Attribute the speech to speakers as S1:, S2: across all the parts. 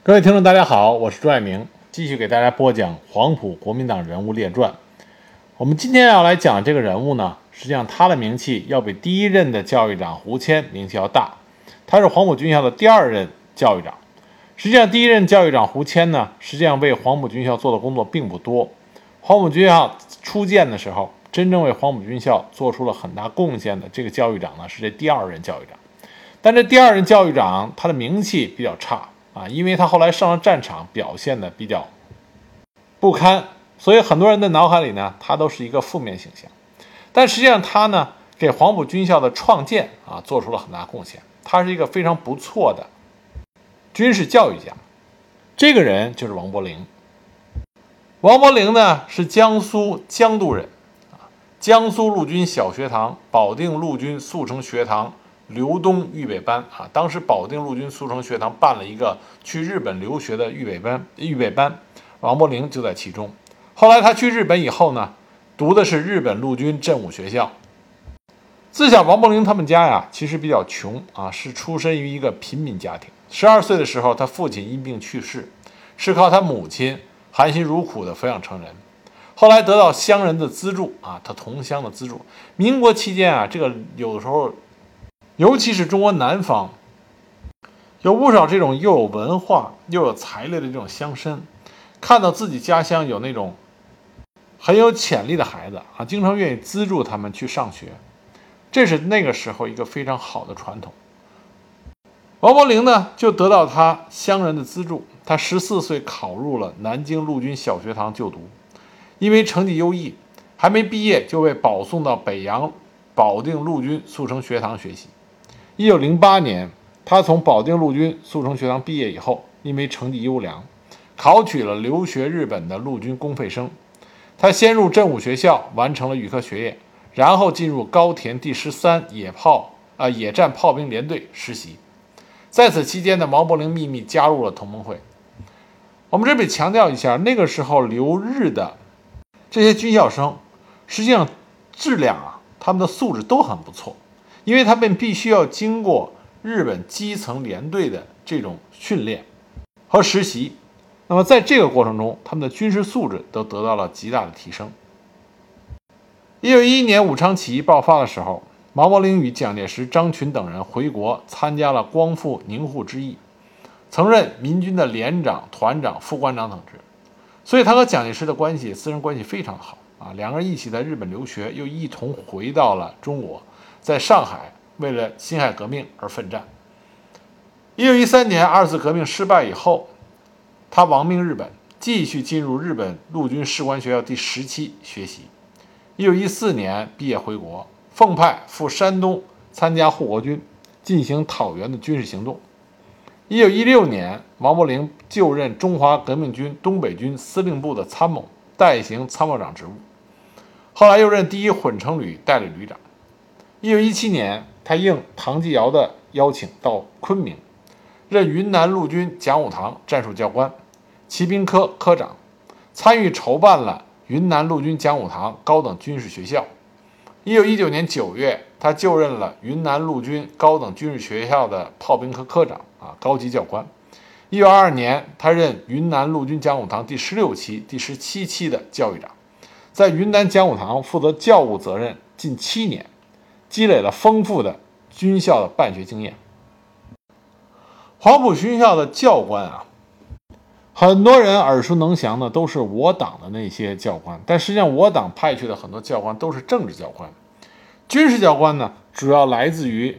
S1: 各位听众，大家好，我是朱爱明，继续给大家播讲黄埔国民党人物列传。我们今天要来讲这个人物呢，实际上他的名气要比第一任的教育长胡谦名气要大。他是黄埔军校的第二任教育长。实际上，第一任教育长胡谦呢，实际上为黄埔军校做的工作并不多。黄埔军校初建的时候，真正为黄埔军校做出了很大贡献的这个教育长呢，是这第二任教育长。但这第二任教育长他的名气比较差啊，因为他后来上了战场，表现的比较不堪，所以很多人的脑海里呢，他都是一个负面形象。但实际上他呢，给黄埔军校的创建啊，做出了很大贡献。他是一个非常不错的军事教育家。这个人就是王伯龄。王伯龄呢是江苏江都人，江苏陆军小学堂、保定陆军速成学堂刘东预备班啊，当时保定陆军速成学堂办了一个去日本留学的预备班，王伯龄就在其中。后来他去日本以后呢，读的是日本陆军振武学校。自小王伯龄他们家呀，其实比较穷啊，是出身于一个贫民家庭。12岁的时候，他父亲因病去世，是靠他母亲含辛茹苦的抚养成人。后来得到乡人的资助啊，他同乡的资助。民国期间啊，这个有时候，尤其是中国南方，有不少这种又有文化又有才略的这种乡绅，看到自己家乡有那种很有潜力的孩子啊，经常愿意资助他们去上学。这是那个时候一个非常好的传统。王伯龄呢，就得到他乡人的资助，他14岁考入了南京陆军小学堂就读，因为成绩优异，还没毕业就被保送到北洋保定陆军速成学堂学习。1908年，他从保定陆军速成学堂毕业以后，因为成绩优良，考取了留学日本的陆军公费生。他先入振武学校，完成了预科学业，然后进入高田第13野战炮兵联队实习。在此期间呢，王伯龄秘密加入了同盟会。我们这里强调一下，那个时候留日的这些军校生，实际上质量啊，他们的素质都很不错，因为他们必须要经过日本基层联队的这种训练和实习。那么在这个过程中，他们的军事素质都得到了极大的提升。1911年武昌起义爆发的时候，王伯龄与蒋介石、张群等人回国参加了光复宁沪之役，曾任民军的连长、团长、副官长等职，所以他和蒋介石的关系，私人关系非常好啊。两个人一起在日本留学，又一同回到了中国，在上海为了辛亥革命而奋战。1913年二次革命失败以后，他亡命日本，继续进入日本陆军士官学校第10期学习。1914年毕业回国，奉派赴山东参加护国军，进行讨袁的军事行动。1916年，王伯龄就任中华革命军东北军司令部的参谋，代行参谋长职务。后来又任第1混成旅代理旅长。1917年，他应唐继尧的邀请到昆明，任云南陆军讲武堂战术教官、骑兵科科长，参与筹办了云南陆军讲武堂高等军事学校。1919年9月，他就任了云南陆军高等军事学校的炮兵科科长高级教官。1922年，他任云南陆军讲武堂第16期、第17期的教育长，在云南讲武堂负责教务责任近7年，积累了丰富的军校的办学经验。黄埔军校的教官啊，很多人耳熟能详的都是我党的那些教官，但实际上我党派去的很多教官都是政治教官。军事教官呢，主要来自于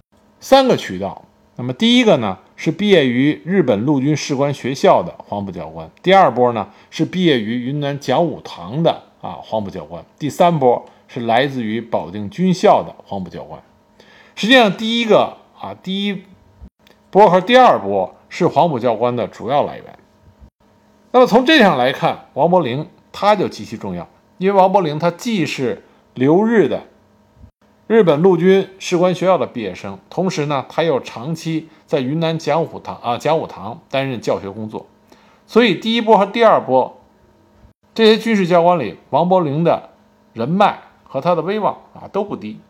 S1: 3个渠道。那么第一个呢，是毕业于日本陆军士官学校的黄埔教官；第二波呢，是毕业于云南讲武堂的黄埔教官；第3波是来自于保定军校的黄埔教官。实际上第一波和第二波是黄埔教官的主要来源。那么从这上来看，王伯龄他就极其重要，因为王伯龄他既是留日的日本陆军士官学校的毕业生，同时呢，他又长期在云南讲武堂担任教学工作，所以第一波和第二波这些军事教官里，王伯龄的人脉和他的威望都不低。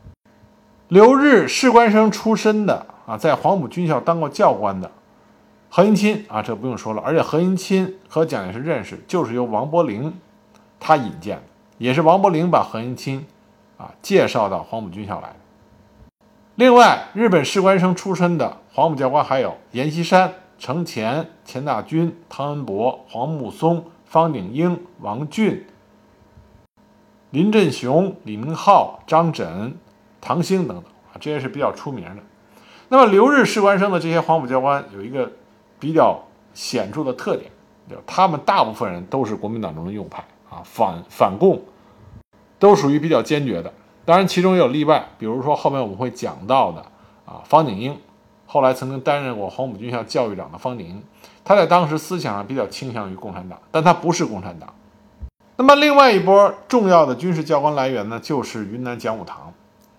S1: 留日士官生出身的在黄埔军校当过教官的何应钦啊，这不用说了，而且何应钦和蒋介石认识就是由王伯龄他引荐的，也是王伯龄把何应钦介绍到黄埔军校来的。另外，日本士官生出身的黄埔教官还有阎锡山、程潜、钱大钧、汤恩伯、黄木松、方鼎英、王俊、林振雄、李明浩、张轸、唐兴等等这些是比较出名的。那么留日士官生的这些黄埔教官有一个比较显著的特点，他们大部分人都是国民党中的右派反共都属于比较坚决的。当然其中也有例外，比如说后面我们会讲到的方鼎英，后来曾经担任过黄埔军校教育长的方鼎英，他在当时思想上比较倾向于共产党，但他不是共产党。那么另外一波重要的军事教官来源呢，就是云南讲武堂。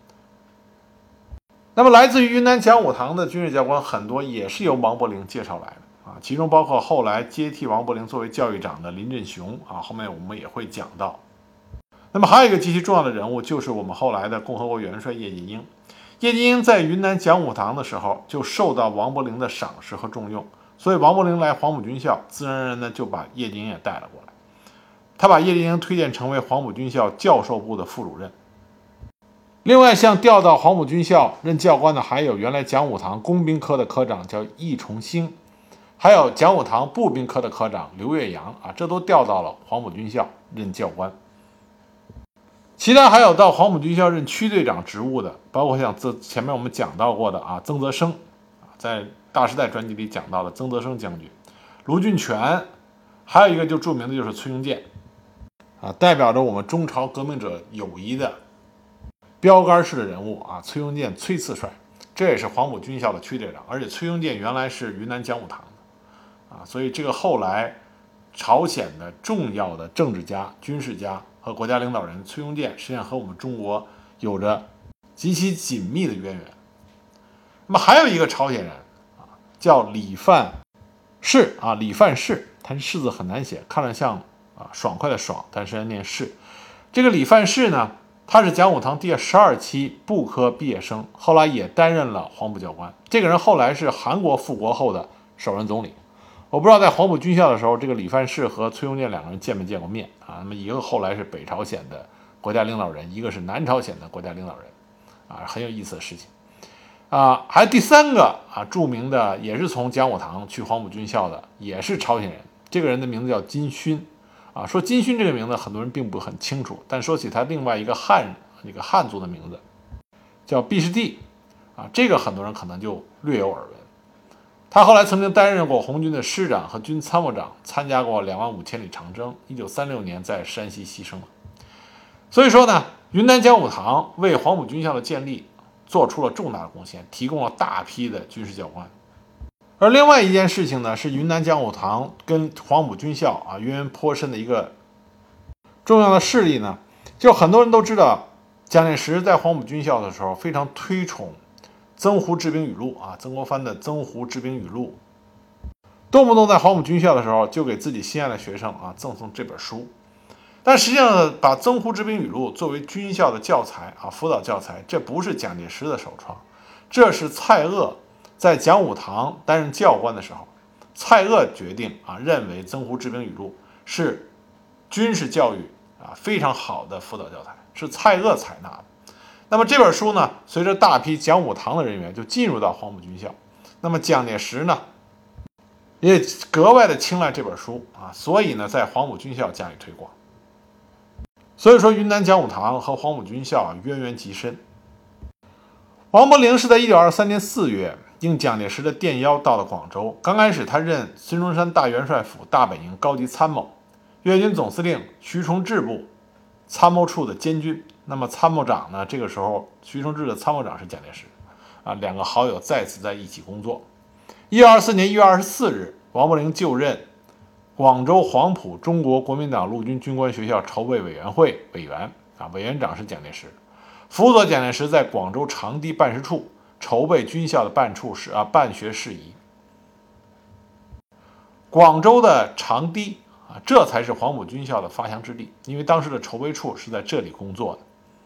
S1: 那么来自于云南讲武堂的军事教官很多也是由王伯龄介绍来的其中包括后来接替王伯龄作为教育长的林振雄后面我们也会讲到。那么还有一个极其重要的人物，就是我们后来的共和国元帅叶剑英。叶剑英在云南讲武堂的时候就受到王伯龄的赏识和重用，所以王伯龄来黄埔军校，自然而然的就把叶剑英也带了过来。他把叶剑英推荐成为黄埔军校教授部的副主任。另外，像调到黄埔军校任教官的还有原来讲武堂工兵科的科长叫易崇兴，还有讲武堂步兵科的科长刘岳阳这都调到了黄埔军校任教官。其他还有到黄埔军校任区队长职务的，包括像前面我们讲到过的曾泽生在大时代专辑里讲到的曾泽生将军、卢俊全，还有一个就著名的就是崔庸健代表着我们中朝革命者友谊的标杆式的人物崔庸健崔次帅，这也是黄埔军校的区队长，而且崔庸健原来是云南讲武堂的所以这个后来朝鲜的重要的政治家、军事家和国家领导人崔庸健，实际上和我们中国有着极其紧密的渊源。那么还有一个朝鲜人叫李范士李范士，他这士字很难写，看着像爽快的爽，但是念士。这个李范士呢，他是讲武堂第12期部科毕业生，后来也担任了黄埔教官。这个人后来是韩国复国后的首任总理。我不知道在黄埔军校的时候，这个李范士和崔庸健两个人见没见过面那么一个后来是北朝鲜的国家领导人，一个是南朝鲜的国家领导人很有意思的事情还有第三个著名的也是从讲武堂去黄埔军校的，也是朝鲜人。这个人的名字叫金勋说金勋这个名字很多人并不很清楚，但说起他另外一个汉族的名字叫毕士第这个很多人可能就略有耳闻。他后来曾经担任过红军的师长和军参谋长，参加过2万5千里长征，1936年在山西牺牲了。所以说呢，云南讲武堂为黄埔军校的建立做出了重大的贡献，提供了大批的军事教官。而另外一件事情呢，是云南讲武堂跟黄埔军校渊源颇深的一个重要的事例呢，就很多人都知道，蒋介石在黄埔军校的时候非常推崇曾胡治兵语录曾国藩的曾胡治兵语录，动不动在黄埔军校的时候就给自己心爱的学生赠送这本书。但实际上把曾胡治兵语录作为军校的教材辅导教材，这不是蒋介石的首创，这是蔡锷在讲武堂担任教官的时候，蔡锷决定认为曾胡治兵语录是军事教育非常好的辅导教材，是蔡锷采纳的。那么这本书呢，随着大批讲武堂的人员就进入到黄埔军校，那么蒋介石呢也格外的青睐这本书所以呢在黄埔军校加以推广。所以说云南讲武堂和黄埔军校渊源极深。王伯龄是在1923年4月应蒋介石的电邀到了广州，刚开始他任孙中山大元帅府大本营高级参谋，粤军总司令徐崇智部参谋处的监军。那么参谋长呢，这个时候徐崇智的参谋长是蒋介石两个好友再次在一起工作。1924年1月24日，王伯龄就任广州黄埔中国国民党陆军军官学校筹备委员会委员委员长是蒋介石，辅佐蒋介石在广州长堤办事处筹备军校的办学事宜。广州的长堤这才是黄埔军校的发祥之地，因为当时的筹备处是在这里工作的。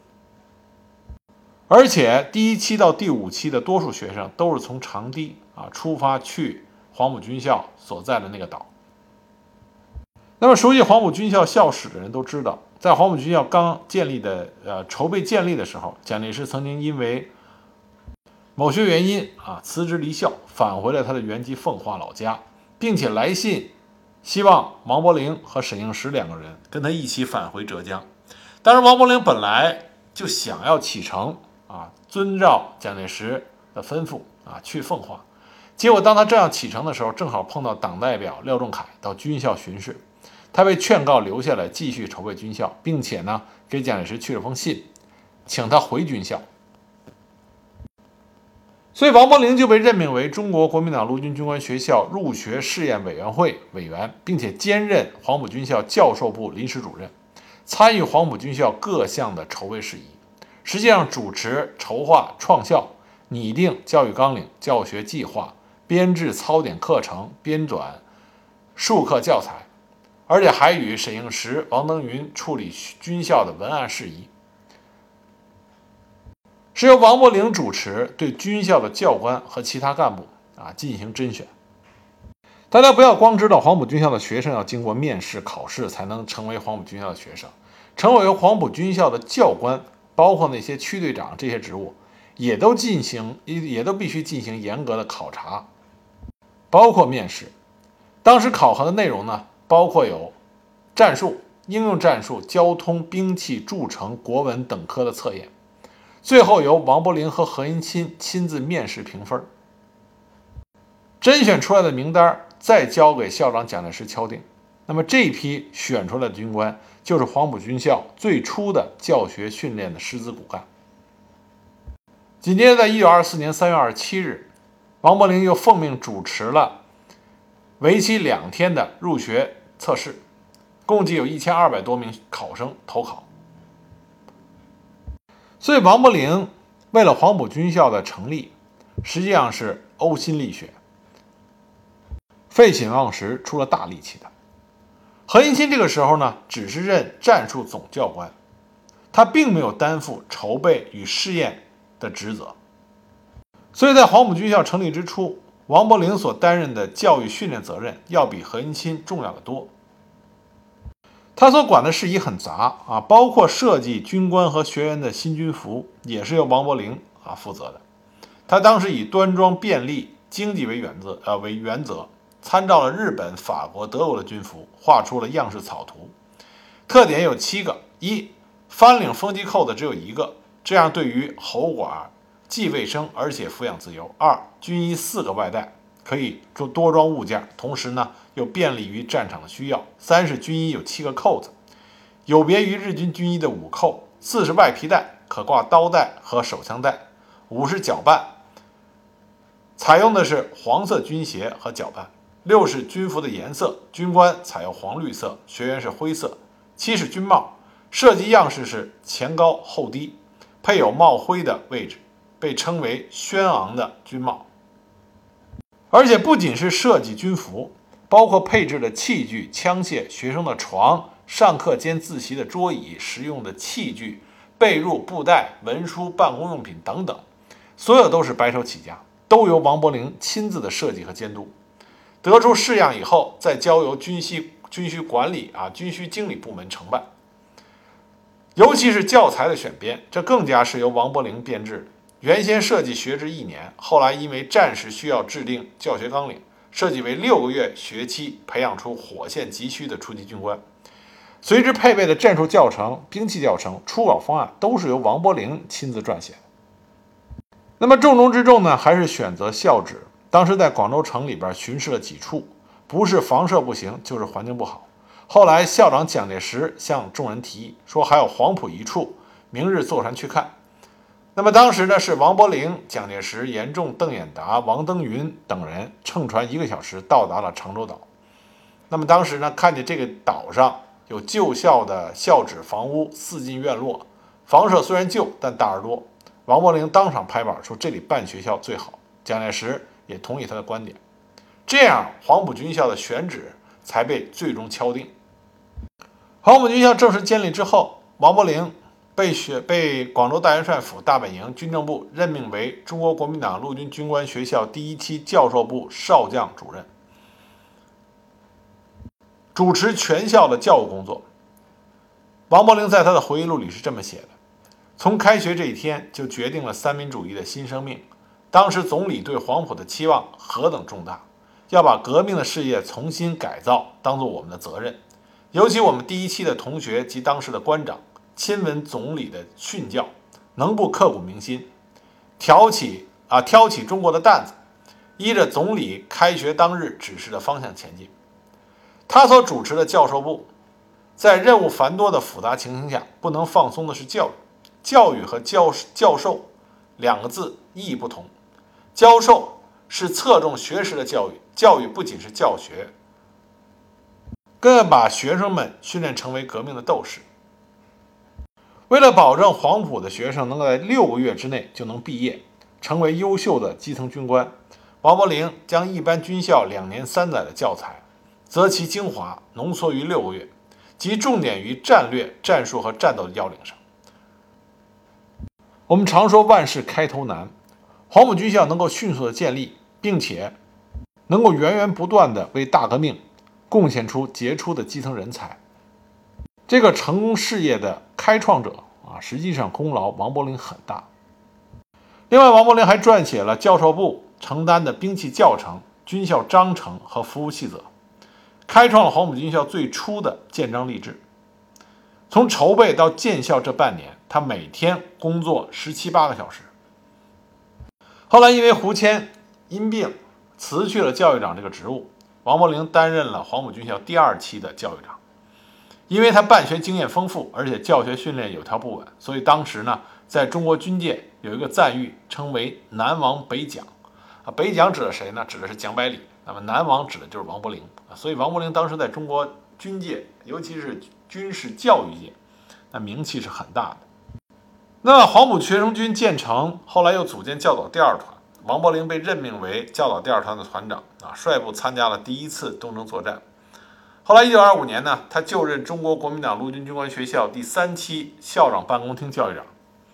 S1: 而且第1期到第5期的多数学生都是从长堤出发去黄埔军校所在的那个岛。那么熟悉黄埔军校校史的人都知道，在黄埔军校刚建立的筹备建立的时候，蒋介石曾经因为某些原因辞职离校，返回了他的原籍奉化老家，并且来信希望王伯龄和沈应时两个人跟他一起返回浙江。当然王伯龄本来就想要启程遵照蒋介石的吩咐去奉化，结果当他这样启程的时候，正好碰到党代表廖仲恺到军校巡视，他被劝告留下来继续筹备军校，并且呢给蒋介石去了封信，请他回军校。所以王伯龄就被任命为中国国民党陆军军官学校入学试验委员会委员，并且兼任黄埔军校教授部临时主任，参与黄埔军校各项的筹备事宜，实际上主持筹划创校、拟定教育纲领、教学计划、编制操点课程、编纂术课教材，而且还与沈应时、王登云处理军校的文案事宜。是由王伯龄主持对军校的教官和其他干部进行甄选。大家不要光知道黄埔军校的学生要经过面试考试才能成为黄埔军校的学生，成为黄埔军校的教官，包括那些区队长这些职务，也都必须进行严格的考察，包括面试。当时考核的内容呢，包括有战术、应用战术、交通、兵器、筑城、国文等科的测验，最后由王伯龄和何应钦亲自面试评分。甄选出来的名单再交给校长蒋介石敲定。那么这批选出来的军官就是黄埔军校最初的教学训练的师资骨干。紧接着在1924年3月27日，王伯龄又奉命主持了为期2天的入学测试，共计有1200多名考生投考。所以王伯龄为了黄埔军校的成立，实际上是呕心沥血、废寝忘食，出了大力气的。何应钦这个时候呢，只是任战术总教官，他并没有担负筹备与试验的职责。所以在黄埔军校成立之初，王伯龄所担任的教育训练责任要比何应钦重要的多。他所管的事宜很杂包括设计军官和学员的新军服，也是由王伯龄负责的。他当时以端庄便利、经济为原则，参照了日本、法国、德国的军服，画出了样式草图。特点有7个：一、翻领风机扣子只有1个，这样对于喉管既卫生而且服养自由；二、军衣4个外带，可以多装物件，同时呢又便利于战场的需要；三是军衣有7个扣子，有别于日军军衣的5扣；四是外皮带，可挂刀带和手枪带；五是脚绊，采用的是黄色军鞋和脚绊；六是军服的颜色，军官采用黄绿色，学员是灰色；七是军帽，设计样式是前高后低，配有帽徽的位置，被称为轩昂的军帽。而且不仅是设计军服，包括配置的器具、枪械、学生的床、上课间自习的桌椅、实用的器具、被褥、布袋、文书、办公用品等等，所有都是白手起家，都由王伯龄亲自的设计和监督。得出式样以后，再交由军需管理军需经理部门承办。尤其是教材的选编，这更加是由王伯龄编制的。原先设计学制1年，后来因为战时需要制定教学纲领，设计为6个月学期，培养出火线急需的初级军官。随之配备的战术教程、兵器教程、初稿方案都是由王伯龄亲自撰写的。那么重中之重呢，还是选择校址。当时在广州城里边巡视了几处，不是房舍不行，就是环境不好。后来校长蒋介石向众人提议说，还有黄埔一处，明日坐船去看。那么当时呢，是王伯龄、蒋介石、严仲、邓演达、王登云等人乘船1个小时到达了长洲岛。那么当时呢，看见这个岛上有旧校的校址房屋4进院落，房舍虽然旧，但大而多。王伯龄当场拍板说，这里办学校最好。蒋介石也同意他的观点，这样黄埔军校的选址才被最终敲定。黄埔军校正式建立之后，王伯龄被广州大元帅府大本营军政部任命为中国国民党陆军军官学校第1期教授部少将主任，主持全校的教务工作。王伯龄在他的回忆录里是这么写的：从开学这一天就决定了三民主义的新生命。当时总理对黄埔的期望何等重大，要把革命的事业重新改造当作我们的责任。尤其我们第1期的同学及当时的官长亲闻总理的训教，能不刻骨铭心，挑起中国的担子，依着总理开学当日指示的方向前进。他所主持的教授部，在任务繁多的复杂情形下，不能放松的是教育。教育和教授2个字意义不同。教授是侧重学识的教育，教育不仅是教学，更要把学生们训练成为革命的斗士。为了保证黄埔的学生能够在6个月之内就能毕业，成为优秀的基层军官，王伯龄将一般军校2年3载的教材，择其精华浓缩于6个月，集重点于战略、战术和战斗的要领上。我们常说万事开头难，黄埔军校能够迅速的建立，并且能够源源不断的为大革命贡献出杰出的基层人才，这个成功事业的开创者实际上功劳王伯龄很大。另外，王伯龄还撰写了教授部承担的兵器教程、军校章程和服务细则，开创了黄埔军校最初的建章立制。从筹备到建校这半年，他每天工作17、18个小时。后来因为胡谦因病辞去了教育长这个职务，王伯龄担任了黄埔军校第2期的教育长。因为他办学经验丰富，而且教学训练有条不紊，所以当时呢，在中国军界有一个赞誉，称为南王北蒋。北蒋指的谁呢？指的是蒋百里。那么南王指的就是王伯龄。所以王伯龄当时在中国军界，尤其是军事教育界，那名气是很大的。那么黄埔学生军建成，后来又组建教导第2团，王伯龄被任命为教导第2团的团长率部参加了第1次东征作战。后来1925年呢，他就任中国国民党陆军军官学校第3期校长办公厅教育长。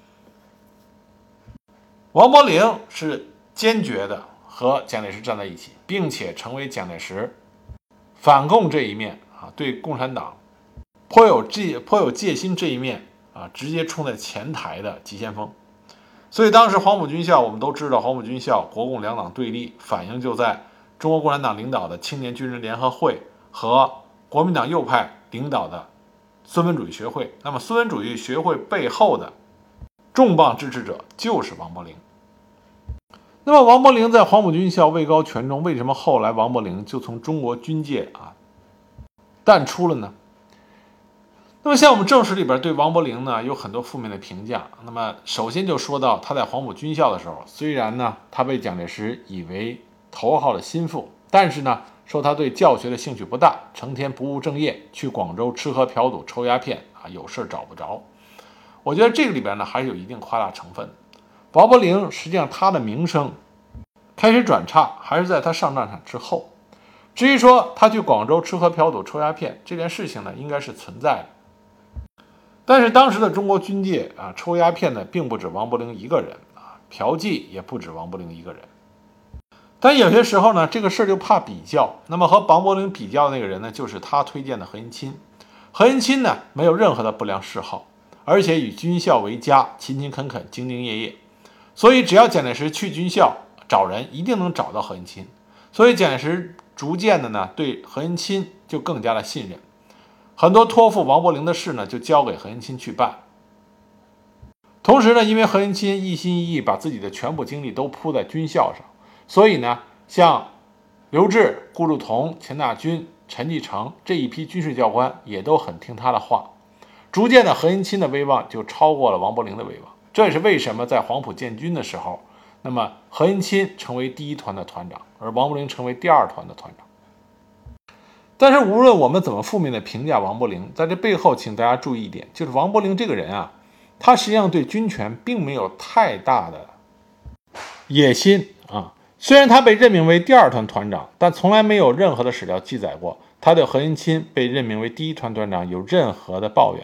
S1: 王伯龄是坚决的和蒋介石站在一起，并且成为蒋介石反共这一面对共产党颇有戒心这一面直接冲在前台的急先锋。所以当时黄埔军校，我们都知道，黄埔军校国共2党对立，反映就在中国共产党领导的青年军人联合会和国民党右派领导的孙文主义学会。那么孙文主义学会背后的重磅支持者就是王伯龄。那么王伯龄在黄埔军校位高权重，为什么后来王伯龄就从中国军界淡出了呢？那么像我们正史里边对王伯龄呢有很多负面的评价。那么首先就说到他在黄埔军校的时候，虽然呢他被蒋介石以为头号的心腹，但是呢说他对教学的兴趣不大，成天不务正业，去广州吃喝嫖赌抽鸦片有事找不着。我觉得这个里边呢还是有一定夸大成分。王伯龄实际上他的名声开始转差，还是在他上战场之后。至于说他去广州吃喝嫖赌抽鸦片这件事情呢，应该是存在的。但是当时的中国军界抽鸦片呢并不止王伯龄一个人嫖妓也不止王伯龄一个人。但有些时候呢，这个事儿就怕比较。那么和王伯龄比较的那个人呢，就是他推荐的何应钦。何应钦呢，没有任何的不良嗜好，而且以军校为家，勤勤恳恳，兢兢业业。所以只要蒋介石去军校找人，一定能找到何应钦。所以蒋介石逐渐的呢，对何应钦就更加的信任。很多托付王伯龄的事呢，就交给何应钦去办。同时呢，因为何应钦一心一意把自己的全部精力都扑在军校上，所以呢，像刘峙、顾祝同、钱大钧、陈继承这一批军事教官也都很听他的话。逐渐的，何应钦的威望就超过了王伯龄的威望。这也是为什么在黄埔建军的时候，那么何应钦成为第1团的团长，而王伯龄成为第2团的团长。但是无论我们怎么负面的评价王伯龄，在这背后请大家注意一点，就是王伯龄这个人他实际上对军权并没有太大的野心虽然他被任命为第2团团长，但从来没有任何的史料记载过他对何应钦被任命为第1团团长有任何的抱怨。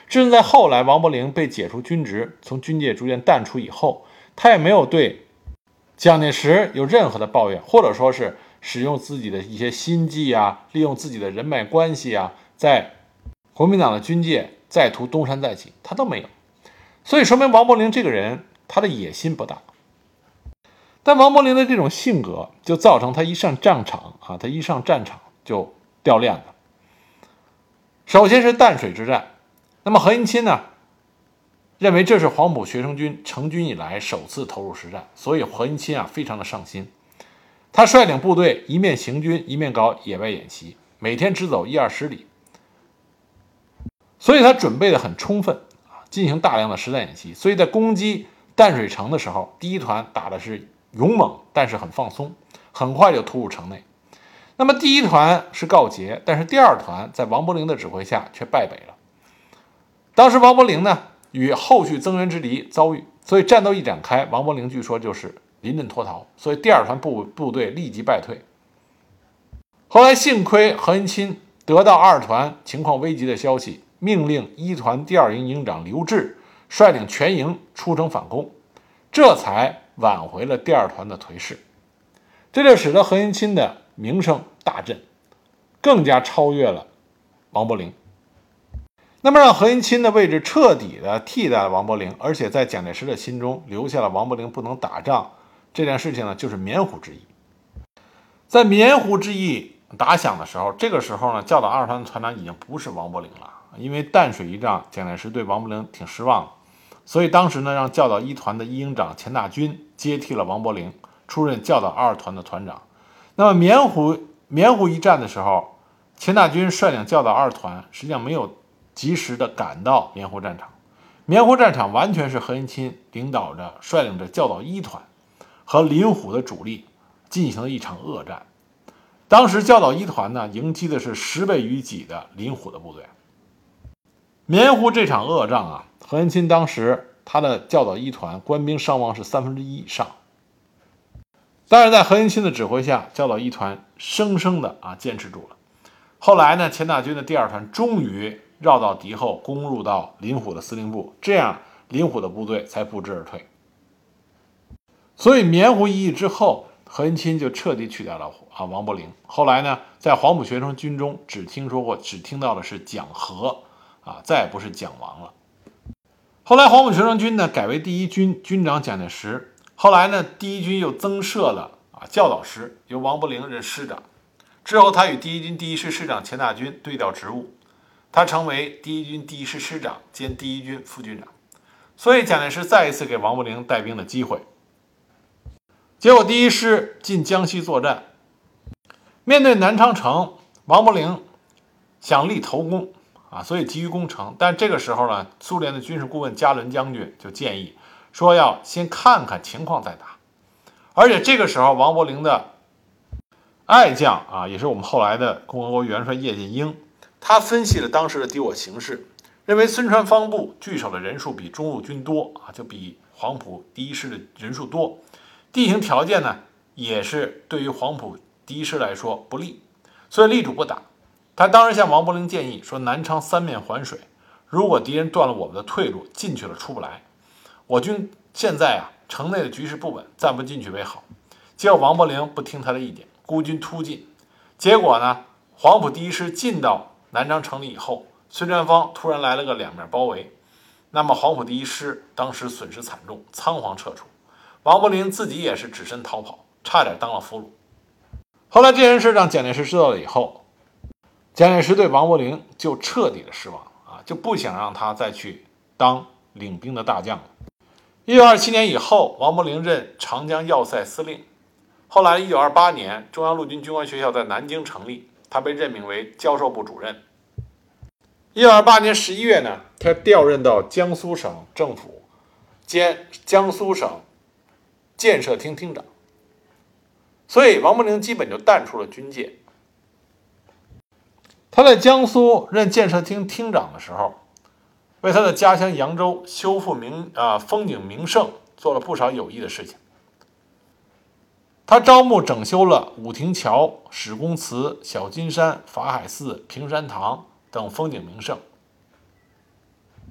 S1: 甚至在后来王伯龄被解除军职，从军界逐渐淡出以后，他也没有对蒋介石有任何的抱怨，或者说是使用自己的一些心计啊，利用自己的人脉关系啊，在国民党的军界再图东山再起，他都没有。所以说明王伯龄这个人他的野心不大。但王伯龄的这种性格就造成他一上战场就掉链子。首先是淡水之战，那么何应钦呢认为这是黄埔学生军成军以来首次投入实战，所以何应钦非常的上心。他率领部队一面行军一面搞野外演习，每天只走10-20里，所以他准备的很充分，进行大量的实战演习。所以在攻击淡水城的时候，第一团打的是勇猛，但是很放松，很快就突入城内。那么第一团是告捷，但是第二团在王伯龄的指挥下却败北了。当时王伯龄呢与后续增援之敌遭遇，所以战斗一展开，王伯龄据说就是临阵脱逃，所以第二团部队立即败退。后来幸亏何应钦得到二团情况危急的消息，命令一团第二营营长刘峙率领全营出城反攻，这才挽回了第二团的颓势。这就使得何应钦的名声大振，更加超越了王伯龄。那么让何应钦的位置彻底的替代了王伯龄，而且在蒋介石的心中留下了王伯龄不能打仗这件事情呢，就是棉湖之役。在棉湖之役打响的时候，这个时候呢，教导二团的团长已经不是王伯龄了，因为淡水一仗，蒋介石对王伯龄挺失望的，所以当时呢，让教导一团的一营长钱大钧接替了王伯龄，出任教导二团的团长。那么棉湖一战的时候，钱大钧率领教导二团，实际上没有及时的赶到棉湖战场。棉湖战场完全是何应钦领导着率领着教导一团和林虎的主力进行了一场恶战。当时教导一团呢迎击的是10倍于己的林虎的部队。棉湖这场恶仗何应钦当时他的教导一团官兵伤亡是1/3以上。但是在何应钦的指挥下，教导一团生生的坚持住了。后来呢，钱大钧的第二团终于绕到敌后，攻入到林虎的司令部，这样林虎的部队才不支而退。所以棉湖一役之后，何应钦就彻底取代了王伯龄。后来呢，在黄埔学生军中只听到的是蒋和再也不是蒋王了。后来黄埔学生军呢改为第一军，军长蒋介石。后来呢，第一军又增设了教导师，由王伯龄任师长。之后他与第一军第一师师长钱大钧对调职务，他成为第一军第一师师长兼第一军副军长。所以蒋介石再一次给王伯龄带兵的机会。结果第一师进江西作战，面对南昌城，王伯龄想立头功所以急于攻城。但这个时候呢，苏联的军事顾问加伦将军就建议说要先看看情况再打。而且这个时候王伯龄的爱将也是我们后来的共和国元帅叶剑英，他分析了当时的敌我形势，认为孙传芳部据守的人数比中路军多就比黄埔第一师的人数多，地形条件呢也是对于黄埔第一师来说不利，所以力主不打。他当时向王伯龄建议说，南昌三面环水，如果敌人断了我们的退路，进去了出不来，我军现在城内的局势不稳，暂不进去为好。结果王伯龄不听他的意见，孤军突进。结果呢，黄埔第一师进到南昌城里以后，孙传芳突然来了个两面包围，那么黄埔第一师当时损失惨重，仓皇撤出。王伯龄自己也是只身逃跑，差点当了俘虏。后来这件事让蒋介石知道了以后，蒋介石对王伯龄就彻底的失望就不想让他再去当领兵的大将了。1927年以后，王伯龄任长江要塞司令。后来1928年，中央陆军军官学校在南京成立，他被任命为教授部主任。1928年11月呢，他调任到江苏省政府兼江苏省建设厅厅长。所以王伯龄基本就淡出了军界。他在江苏任建设厅厅长的时候，为他的家乡扬州修复风景名胜做了不少有益的事情。他招募整修了武亭桥、史公祠、小金山、法海寺、平山堂等风景名胜。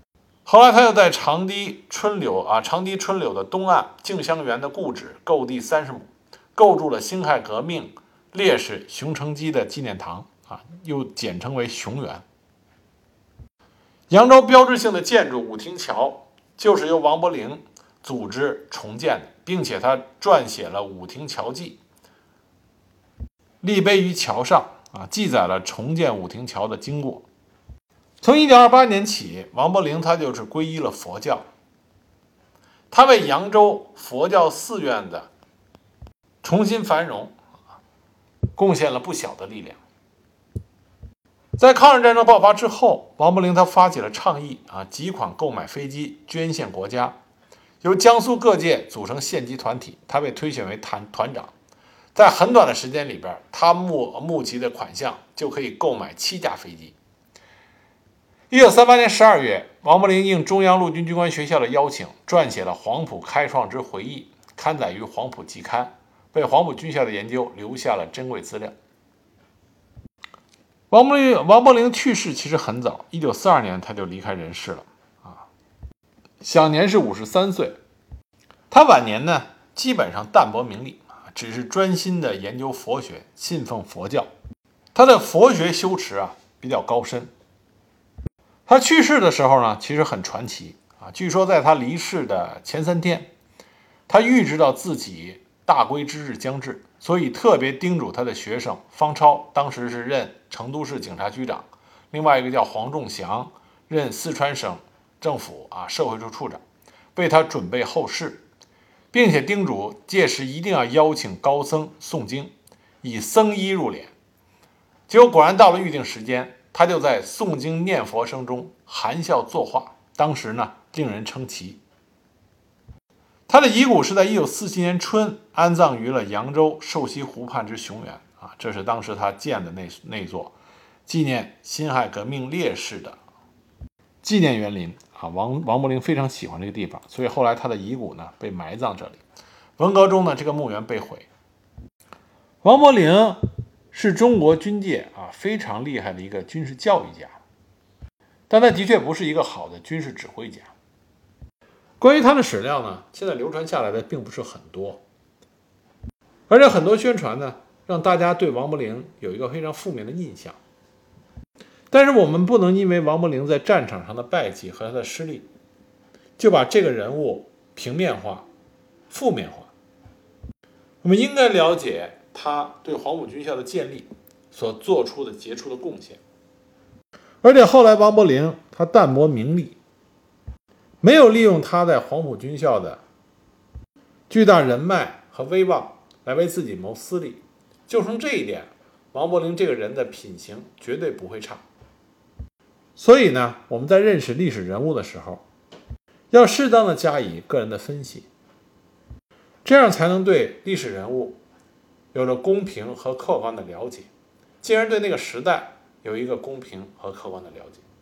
S1: 后来他又在长堤春柳的东岸静香园的故址购地30亩，构筑了辛亥革命烈士熊成基的纪念堂又简称为熊园。扬州标志性的建筑五亭桥就是由王伯龄组织重建的，并且他撰写了《五亭桥记》，立碑于桥上记载了重建五亭桥的经过。从1928年起，王伯龄他就是皈依了佛教，他为扬州佛教寺院的重新繁荣贡献了不小的力量。在抗日战争爆发之后，王伯龄他发起了倡议集款购买飞机捐献国家，由江苏各界组成县级团体，他被推选为团长。在很短的时间里边，他募集的款项就可以购买7架飞机。1938年12月，王伯龄应中央陆军军官学校的邀请，撰写了黄埔开创之回忆，刊载于《黄埔季刊》，为黄埔军校的研究留下了珍贵资料。王伯龄去世其实很早，1942年他就离开人世了享年是53岁。他晚年呢，基本上淡泊名利只是专心的研究佛学，信奉佛教。他的佛学修持比较高深。他去世的时候呢，其实很传奇据说在他离世的前3天，他预知到自己大归之日将至，所以特别叮嘱他的学生方超，当时是任成都市警察局长，另外一个叫黄仲祥，任四川省政府社会处处长，为他准备后事，并且叮嘱届时一定要邀请高僧诵经，以僧衣入殓。结果果然到了预定时间，他就在诵经念佛声中含笑作画，当时呢令人称奇。他的遗骨是在1947年春安葬于了扬州瘦西湖畔之熊园这是当时他建的那座纪念辛亥革命烈士的纪念园林王伯龄非常喜欢这个地方，所以后来他的遗骨呢被埋葬这里。文革中呢，这个墓园被毁。王伯龄是中国军界非常厉害的一个军事教育家，但他的确不是一个好的军事指挥家。关于他的史料呢，现在流传下来的并不是很多，而且很多宣传呢，让大家对王伯龄有一个非常负面的印象。但是我们不能因为王伯龄在战场上的败绩和他的失利，就把这个人物平面化、负面化。我们应该了解他对黄埔军校的建立所做出的杰出的贡献。而且后来王伯龄他淡泊名利，没有利用他在黄埔军校的巨大人脉和威望来为自己谋私利。就从这一点，王伯龄这个人的品行绝对不会差。所以呢，我们在认识历史人物的时候，要适当的加以个人的分析，这样才能对历史人物有着公平和客观的了解，进而对那个时代有一个公平和客观的了解。